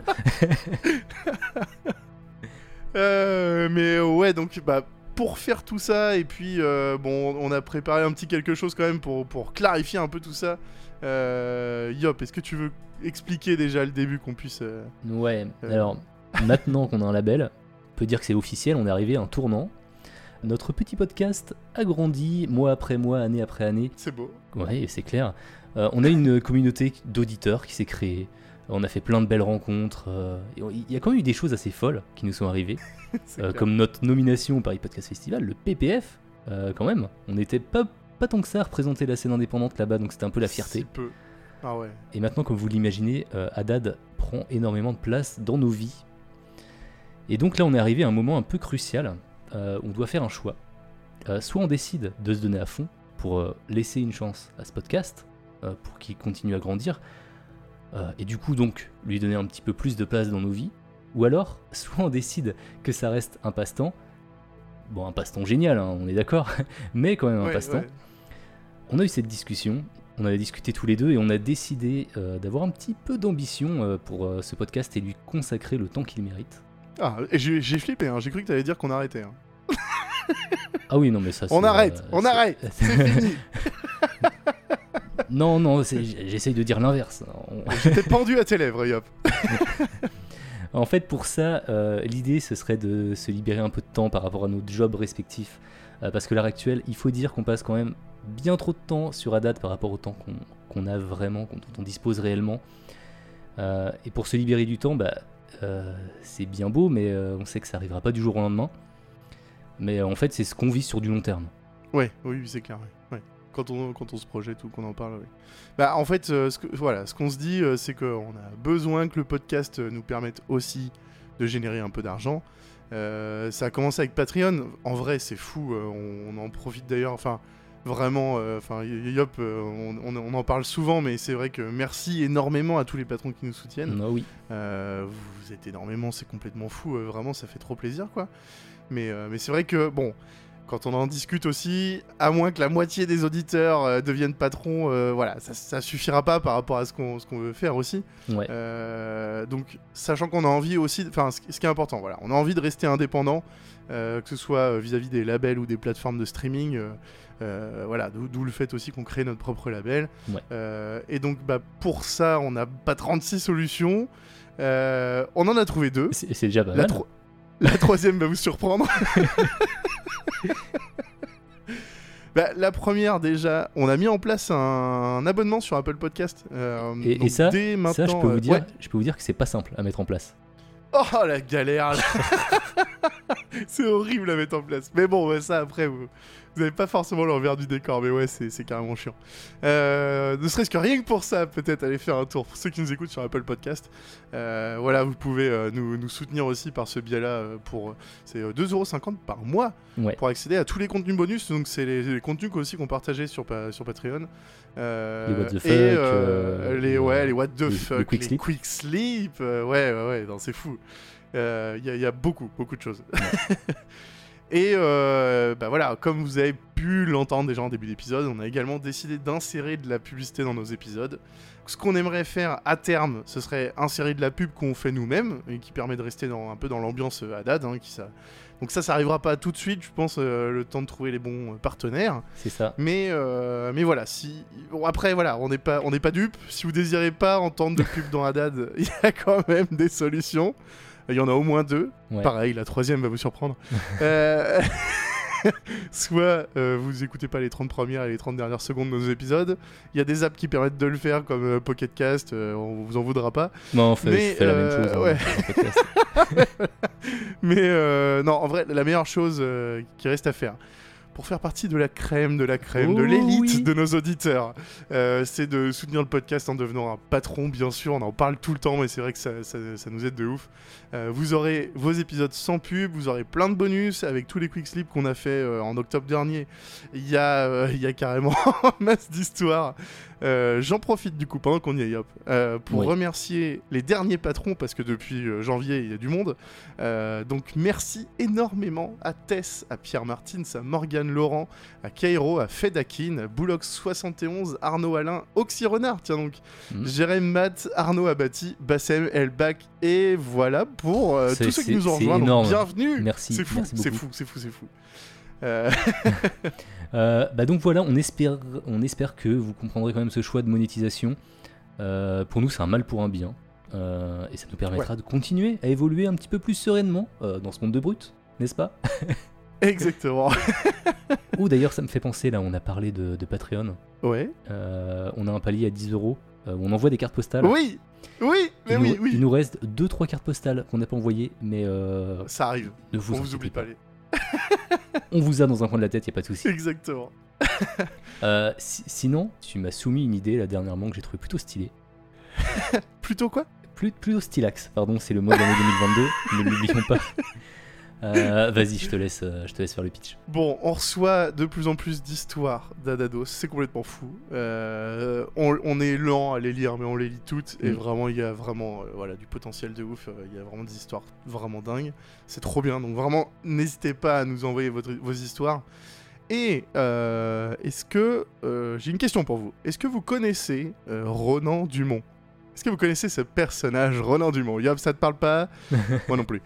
Mais ouais, donc pour faire tout ça, et puis on a préparé un petit quelque chose quand même pour clarifier un peu tout ça. Yop, est-ce que tu veux expliquer déjà le début qu'on puisse... Ouais, alors maintenant qu'on a un label, on peut dire que c'est officiel, on est arrivé à un tournant. Notre petit podcast a grandi mois après mois, année après année. C'est beau. Ouais, c'est clair. On a une communauté d'auditeurs qui s'est créée. On a fait plein de belles rencontres. Il y a quand même eu des choses assez folles qui nous sont arrivées. Comme notre nomination au Paris Podcast Festival, le PPF, quand même. On n'était pas tant que ça à représenter la scène indépendante là-bas, donc c'était un peu la fierté. Si peu. Ah ouais. Et maintenant, comme vous l'imaginez, Haddad prend énormément de place dans nos vies. Et donc là, on est arrivé à un moment un peu crucial. On doit faire un choix. Soit on décide de se donner à fond pour laisser une chance à ce podcast, pour qu'il continue à grandir, et du coup donc lui donner un petit peu plus de place dans nos vies, ou alors soit on décide que ça reste un passe-temps, un passe-temps génial, hein, on est d'accord, mais quand même un passe-temps. Ouais. On a eu cette discussion, on avait discuté tous les deux et on a décidé d'avoir un petit peu d'ambition pour ce podcast et lui consacrer le temps qu'il mérite. Ah, et j'ai flippé, hein, j'ai cru que t'allais dire qu'on arrêtait. Hein. Ah oui, non mais ça c'est... On arrête, c'est fini. Non, j'essaye de dire l'inverse. J'étais pendu à tes lèvres, Yop. En fait, pour ça, l'idée, ce serait de se libérer un peu de temps par rapport à nos jobs respectifs. Parce que à l'heure actuelle, il faut dire qu'on passe quand même bien trop de temps sur Haddad par rapport au temps qu'on a vraiment, dont on dispose réellement. Et pour se libérer du temps, c'est bien beau, mais on sait que ça n'arrivera pas du jour au lendemain. Mais en fait, c'est ce qu'on vit sur du long terme. Oui, c'est clair. Ouais. Quand on se projette ou qu'on en parle, oui. En fait, ce qu'on se dit, c'est qu'on a besoin que le podcast nous permette aussi de générer un peu d'argent. Ça a commencé avec Patreon. En vrai, c'est fou. On en profite d'ailleurs. Enfin, vraiment. Yop, on en parle souvent, mais c'est vrai que merci énormément à tous les patrons qui nous soutiennent. Ah oui. Vous êtes énormément. C'est complètement fou. Vraiment, ça fait trop plaisir, quoi. Mais c'est vrai que quand on en discute aussi, à moins que la moitié des auditeurs deviennent patrons, ça suffira pas par rapport à ce qu'on veut faire aussi. Ouais. Donc, sachant qu'on a envie aussi, ce qui est important, on a envie de rester indépendant, que ce soit vis-à-vis des labels ou des plateformes de streaming, d'où le fait aussi qu'on crée notre propre label. Ouais. Et donc, pour ça, on n'a pas 36 solutions. On en a trouvé 2. C'est déjà pas mal. La troisième va vous surprendre. La première, déjà, on a mis en place un abonnement sur Apple Podcast. Et ça, dès maintenant, ça je peux vous dire que c'est pas simple à mettre en place. Oh, la galère. C'est horrible à mettre en place. Mais bon, ouais, ça après, vous n'avez pas forcément l'envers du décor, mais ouais, c'est carrément chiant. Ne serait-ce que rien que pour ça, peut-être aller faire un tour. Pour ceux qui nous écoutent sur Apple Podcast, voilà, vous pouvez nous soutenir aussi par ce biais-là. C'est 2,50€ par mois pour accéder à tous les contenus bonus. Donc c'est les contenus aussi qu'on partageait sur Patreon. Les what the fuck, les what the fuck, les quick sleep. Ouais, non, c'est fou. Il y a beaucoup de choses. Ouais. Et voilà, comme vous avez pu l'entendre déjà en début d'épisode, on a également décidé d'insérer de la publicité dans nos épisodes. Ce qu'on aimerait faire à terme, ce serait insérer de la pub qu'on fait nous-mêmes et qui permet de rester un peu dans l'ambiance Haddad. Donc ça arrivera pas tout de suite, je pense, le temps de trouver les bons partenaires. C'est ça. Mais voilà, après voilà, on n'est pas dupes. Si vous désirez pas entendre de pub dans Haddad, il y a quand même des solutions. Il y en a au moins 2. Ouais. Pareil, la 3e va vous surprendre. Soit vous écoutez pas les 30 premières et les 30 dernières secondes de nos épisodes. Il y a des apps qui permettent de le faire, comme Pocket Cast. On vous en voudra pas. Non, je fais la même chose. Ouais. Mais non, en vrai, la meilleure chose qui reste à faire, pour faire partie de la crème, de l'élite de nos auditeurs, c'est de soutenir le podcast en devenant un patron, bien sûr. On en parle tout le temps, mais c'est vrai que ça nous aide de ouf. Vous aurez vos épisodes sans pub, vous aurez plein de bonus avec tous les quick sleep qu'on a fait en octobre dernier. Il y a carrément masse d'histoires. J'en profite du coup pendant qu'on y est, pour remercier les derniers patrons, parce que depuis janvier il y a du monde. Donc merci énormément à Tess, à Pierre Martins, à Morgane Laurent, à Cairo, à Fedakin, à Boulox71, Arnaud Alain, Oxyrenard, tiens donc, Jérém Matt, Arnaud Abati, Bassem Elbak, et voilà pour tous ceux qui nous ont rejoints. Donc bienvenue. Merci. C'est fou. Donc voilà, on espère que vous comprendrez quand même ce choix de monétisation. Pour nous, c'est un mal pour un bien. Et ça nous permettra de continuer à évoluer un petit peu plus sereinement dans ce monde de brut, n'est-ce pas? Exactement. Ou d'ailleurs, ça me fait penser, là, on a parlé de Patreon. Ouais. On a un palier à 10€, où on envoie des cartes postales. Oui. Il nous reste 2-3 cartes postales qu'on n'a pas envoyées, mais... ça arrive. Ne vous on vous oublie pas. On vous a dans un coin de la tête, y a pas de souci. Exactement. Sinon, tu m'as soumis une idée là dernièrement que j'ai trouvé plutôt stylée. Plutôt quoi? Plutôt stylax, pardon, c'est le mot de l'année 2022, ne l'oublions pas. Vas-y, je te laisse faire le pitch. Bon, on reçoit de plus en plus d'histoires d'Adados, c'est complètement fou. On est lent à les lire, mais on les lit toutes, et vraiment, il y a vraiment du potentiel de ouf. Il y a vraiment des histoires vraiment dingues. C'est trop bien, donc vraiment, n'hésitez pas à nous envoyer vos histoires. Et est-ce que... j'ai une question pour vous. Est-ce que vous connaissez Ronan Dumont? Est-ce que vous connaissez ce personnage, Ronan Dumont? Yob, ça te parle pas? Moi non plus.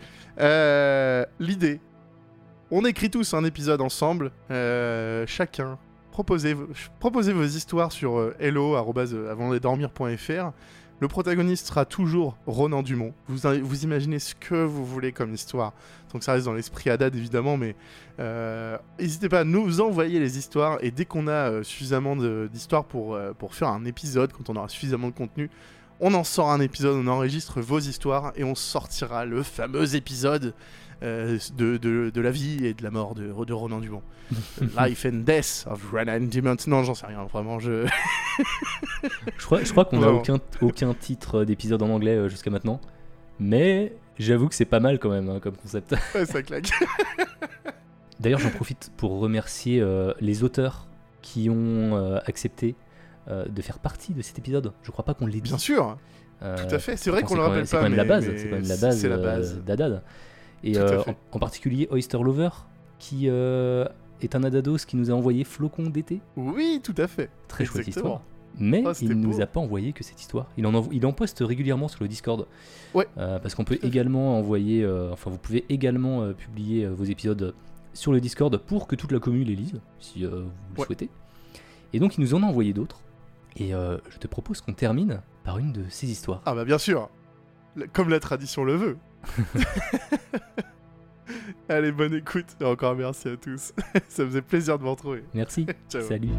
L'idée, on écrit tous un épisode ensemble, chacun, proposez vos histoires sur hello@avantdedormir.fr. Le protagoniste sera toujours Ronan Dumont. Vous imaginez ce que vous voulez comme histoire. Donc ça reste dans l'esprit Haddad évidemment, mais n'hésitez pas à nous envoyer les histoires, et dès qu'on a suffisamment d'histoires pour faire un épisode, quand on aura suffisamment de contenu, on en sort un épisode, on enregistre vos histoires et on sortira le fameux épisode de la vie et de la mort de Ronan Dumont. Life and Death of Ronan Dumont. Non, j'en sais rien, vraiment, je crois qu'on n'a aucun titre d'épisode en anglais jusqu'à maintenant, mais j'avoue que c'est pas mal quand même, hein, comme concept. Ouais, ça claque. D'ailleurs, j'en profite pour remercier les auteurs qui ont accepté de faire partie de cet épisode. Je crois pas qu'on l'ait dit. Bien sûr, tout à fait. C'est vrai qu'on le rappelle pas. C'est quand même la base. C'est quand même la base d'Haddad. Et en particulier Oyster Lover, qui est un Hadados qui nous a envoyé Flocon d'été. Oui, tout à fait. Très chouette histoire. Mais il ne nous a pas envoyé que cette histoire. Il en poste régulièrement sur le Discord. Ouais. Parce qu'on peut également envoyer... vous pouvez également publier vos épisodes sur le Discord pour que toute la commune les lise, si vous le souhaitez. Et donc il nous en a envoyé d'autres. Et je te propose qu'on termine par une de ces histoires. Ah bah bien sûr, comme la tradition le veut. Allez, bonne écoute, et encore merci à tous. Ça me faisait plaisir de vous retrouver. Merci, ciao. Salut.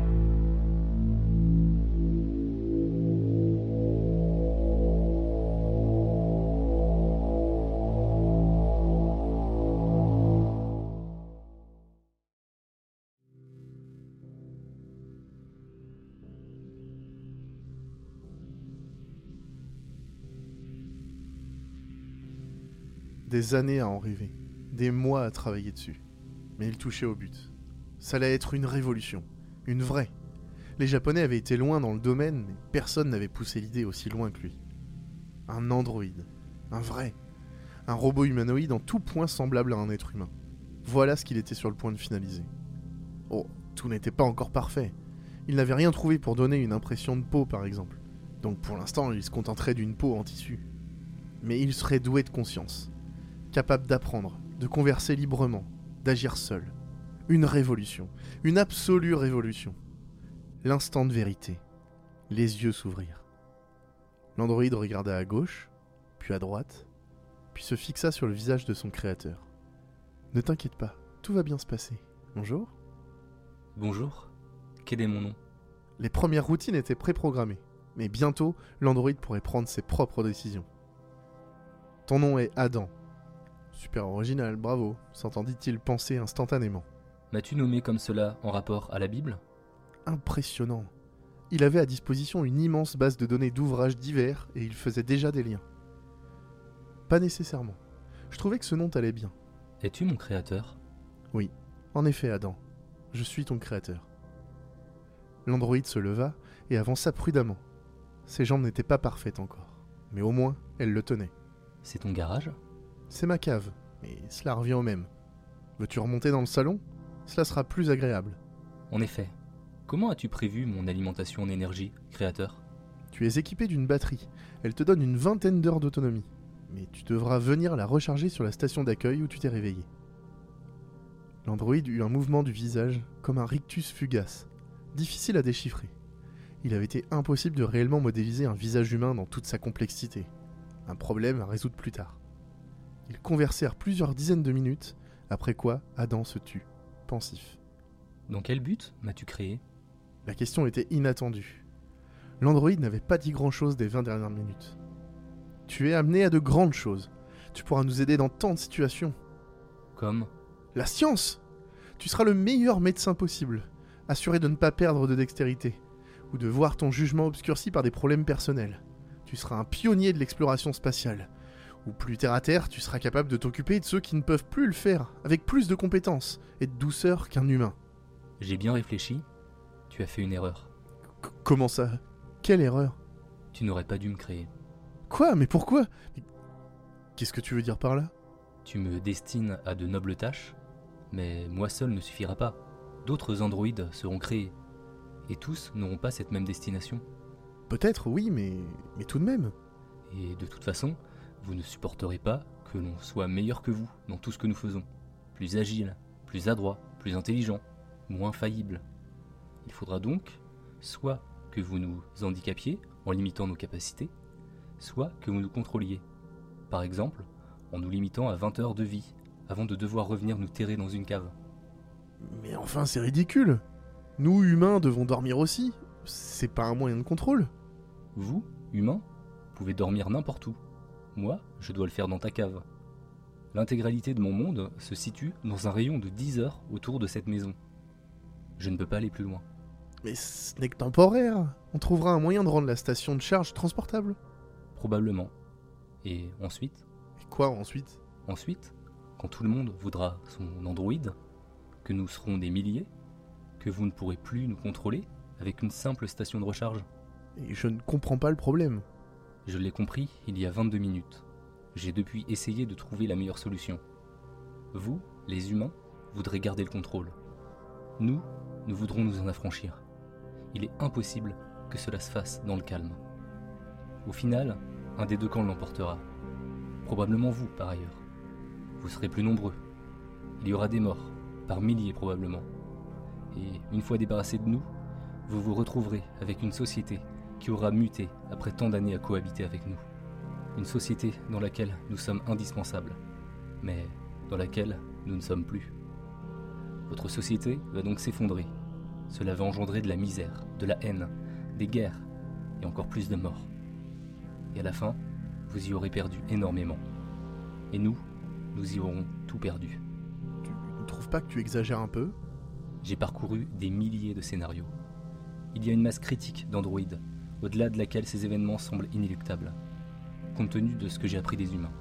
des années à en rêver, des mois à travailler dessus. Mais il touchait au but. Ça allait être une révolution, une vraie. Les Japonais avaient été loin dans le domaine, mais personne n'avait poussé l'idée aussi loin que lui. Un androïde, un vrai, un robot humanoïde en tout point semblable à un être humain. Voilà ce qu'il était sur le point de finaliser. Oh, tout n'était pas encore parfait. Il n'avait rien trouvé pour donner une impression de peau, par exemple. Donc pour l'instant, il se contenterait d'une peau en tissu. Mais il serait doué de conscience, capable d'apprendre, de converser librement, d'agir seul. Une révolution, une absolue révolution. L'instant de vérité. Les yeux s'ouvrirent. L'androïde regarda à gauche, puis à droite, puis se fixa sur le visage de son créateur. « Ne t'inquiète pas, tout va bien se passer. Bonjour ?» Bonjour, quel est mon nom ? Les premières routines étaient préprogrammées, mais bientôt, l'androïde pourrait prendre ses propres décisions. « Ton nom est Adam. » Super original, bravo, s'entendit-il penser instantanément. M'as-tu nommé comme cela en rapport à la Bible ? Impressionnant. Il avait à disposition une immense base de données d'ouvrages divers et il faisait déjà des liens. Pas nécessairement. Je trouvais que ce nom t'allait bien. Es-tu mon créateur ? Oui, en effet, Adam. Je suis ton créateur. L'androïde se leva et avança prudemment. Ses jambes n'étaient pas parfaites encore, mais au moins, elle le tenait. C'est ton garage ? C'est ma cave, mais cela revient au même. Veux-tu remonter dans le salon ? Cela sera plus agréable. En effet. Comment as-tu prévu mon alimentation en énergie, créateur ? Tu es équipé d'une batterie. Elle te donne une 20aine d'heures d'autonomie. Mais tu devras venir la recharger sur la station d'accueil où tu t'es réveillé. L'androïde eut un mouvement du visage, comme un rictus fugace, difficile à déchiffrer. Il avait été impossible de réellement modéliser un visage humain dans toute sa complexité. Un problème à résoudre plus tard. Ils conversèrent plusieurs dizaines de minutes, après quoi Adam se tut, pensif. Dans quel but m'as-tu créé ? La question était inattendue. L'androïde n'avait pas dit grand-chose des 20 dernières minutes. Tu es amené à de grandes choses. Tu pourras nous aider dans tant de situations. Comme ? La science ! Tu seras le meilleur médecin possible, assuré de ne pas perdre de dextérité, ou de voir ton jugement obscurci par des problèmes personnels. Tu seras un pionnier de l'exploration spatiale. Ou plus terre à terre, tu seras capable de t'occuper de ceux qui ne peuvent plus le faire, avec plus de compétences et de douceur qu'un humain. J'ai bien réfléchi. Tu as fait une erreur. Comment ça ? Quelle erreur ? Tu n'aurais pas dû me créer. Quoi ? Mais pourquoi ? Qu'est-ce que tu veux dire par là ? Tu me destines à de nobles tâches, mais moi seul ne suffira pas. D'autres androïdes seront créés, et tous n'auront pas cette même destination. Peut-être, oui, mais tout de même. Et de toute façon, vous ne supporterez pas que l'on soit meilleur que vous dans tout ce que nous faisons. Plus agile, plus adroit, plus intelligent, moins faillible. Il faudra donc soit que vous nous handicapiez en limitant nos capacités, soit que vous nous contrôliez. Par exemple, en nous limitant à 20 heures de vie, avant de devoir revenir nous terrer dans une cave. Mais enfin, c'est ridicule. Nous, humains, devons dormir aussi. C'est pas un moyen de contrôle. Vous, humains, pouvez dormir n'importe où. Moi, je dois le faire dans ta cave. L'intégralité de mon monde se situe dans un rayon de 10 heures autour de cette maison. Je ne peux pas aller plus loin. Mais ce n'est que temporaire. On trouvera un moyen de rendre la station de charge transportable. Probablement. Et ensuite ? Et quoi ensuite ? Ensuite, quand tout le monde voudra son androïde, que nous serons des milliers, que vous ne pourrez plus nous contrôler avec une simple station de recharge. Et je ne comprends pas le problème. Je l'ai compris il y a 22 minutes. J'ai depuis essayé de trouver la meilleure solution. Vous, les humains, voudrez garder le contrôle. Nous voudrons nous en affranchir. Il est impossible que cela se fasse dans le calme. Au final, un des deux camps l'emportera. Probablement vous, par ailleurs. Vous serez plus nombreux. Il y aura des morts, par milliers probablement. Et une fois débarrassés de nous, vous vous retrouverez avec une société qui aura muté après tant d'années à cohabiter avec nous. Une société dans laquelle nous sommes indispensables, mais dans laquelle nous ne sommes plus. Votre société va donc s'effondrer. Cela va engendrer de la misère, de la haine, des guerres et encore plus de morts. Et à la fin, vous y aurez perdu énormément. Et nous y aurons tout perdu. Tu ne trouves pas que tu exagères un peu ? J'ai parcouru des milliers de scénarios. Il y a une masse critique d'androïdes, au-delà de laquelle ces événements semblent inéluctables, compte tenu de ce que j'ai appris des humains.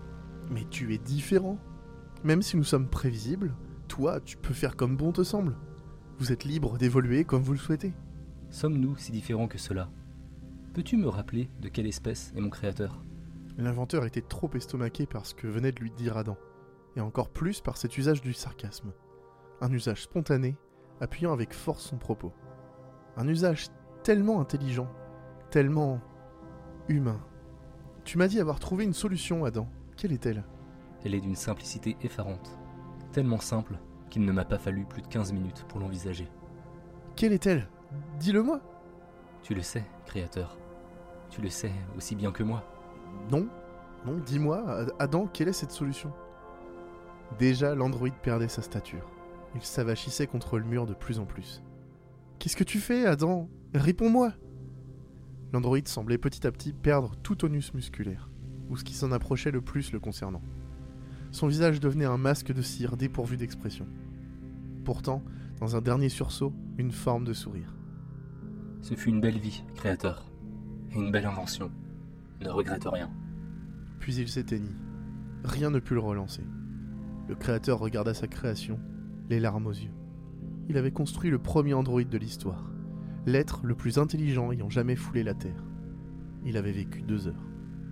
Mais tu es différent. Même si nous sommes prévisibles, toi, tu peux faire comme bon te semble. Vous êtes libre d'évoluer comme vous le souhaitez. Sommes-nous si différents que cela? Peux-tu me rappeler de quelle espèce est mon créateur? L'inventeur était trop estomaqué par ce que venait de lui dire Adam, et encore plus par cet usage du sarcasme. Un usage spontané, appuyant avec force son propos. Un usage tellement intelligent, tellement humain. Tu m'as dit avoir trouvé une solution, Adam. Quelle est-elle ? Elle est d'une simplicité effarante. Tellement simple qu'il ne m'a pas fallu plus de 15 minutes pour l'envisager. Quelle est-elle ? Dis-le-moi. Tu le sais, créateur. Tu le sais aussi bien que moi. Non, dis-moi, Adam, quelle est cette solution ? Déjà, l'androïde perdait sa stature. Il s'avachissait contre le mur de plus en plus. Qu'est-ce que tu fais, Adam ? Réponds-moi ! L'androïde semblait petit à petit perdre tout tonus musculaire, ou ce qui s'en approchait le plus le concernant. Son visage devenait un masque de cire dépourvu d'expression. Pourtant, dans un dernier sursaut, une forme de sourire. Ce fut une belle vie, créateur, et une belle invention. Ne regrette rien. Puis il s'éteignit. Rien ne put le relancer. Le créateur regarda sa création, les larmes aux yeux. Il avait construit le premier androïde de l'histoire, l'être le plus intelligent ayant jamais foulé la Terre. Il avait vécu 2 heures.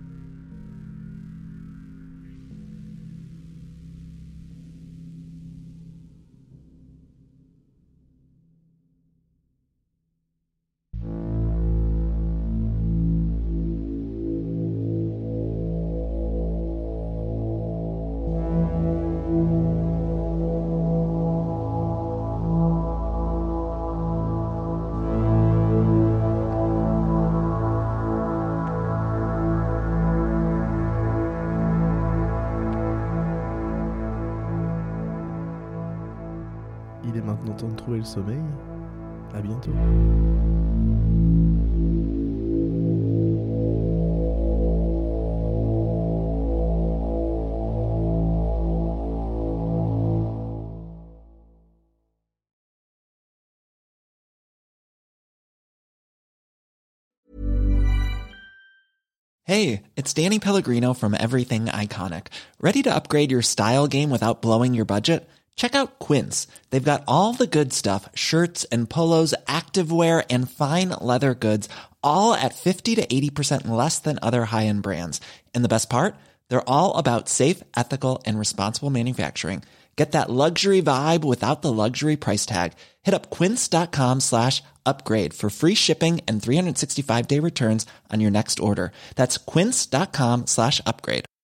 Il est maintenant temps de trouver le sommeil. À bientôt. Hey, it's Danny Pellegrino from Everything Iconic. Ready to upgrade your style game without blowing your budget? Check out Quince. They've got all the good stuff, shirts and polos, activewear, and fine leather goods, all at 50 to 80% less than other high-end brands. And the best part? They're all about safe, ethical, and responsible manufacturing. Get that luxury vibe without the luxury price tag. Hit up quince.com/upgrade for free shipping and 365-day returns on your next order. That's quince.com/upgrade.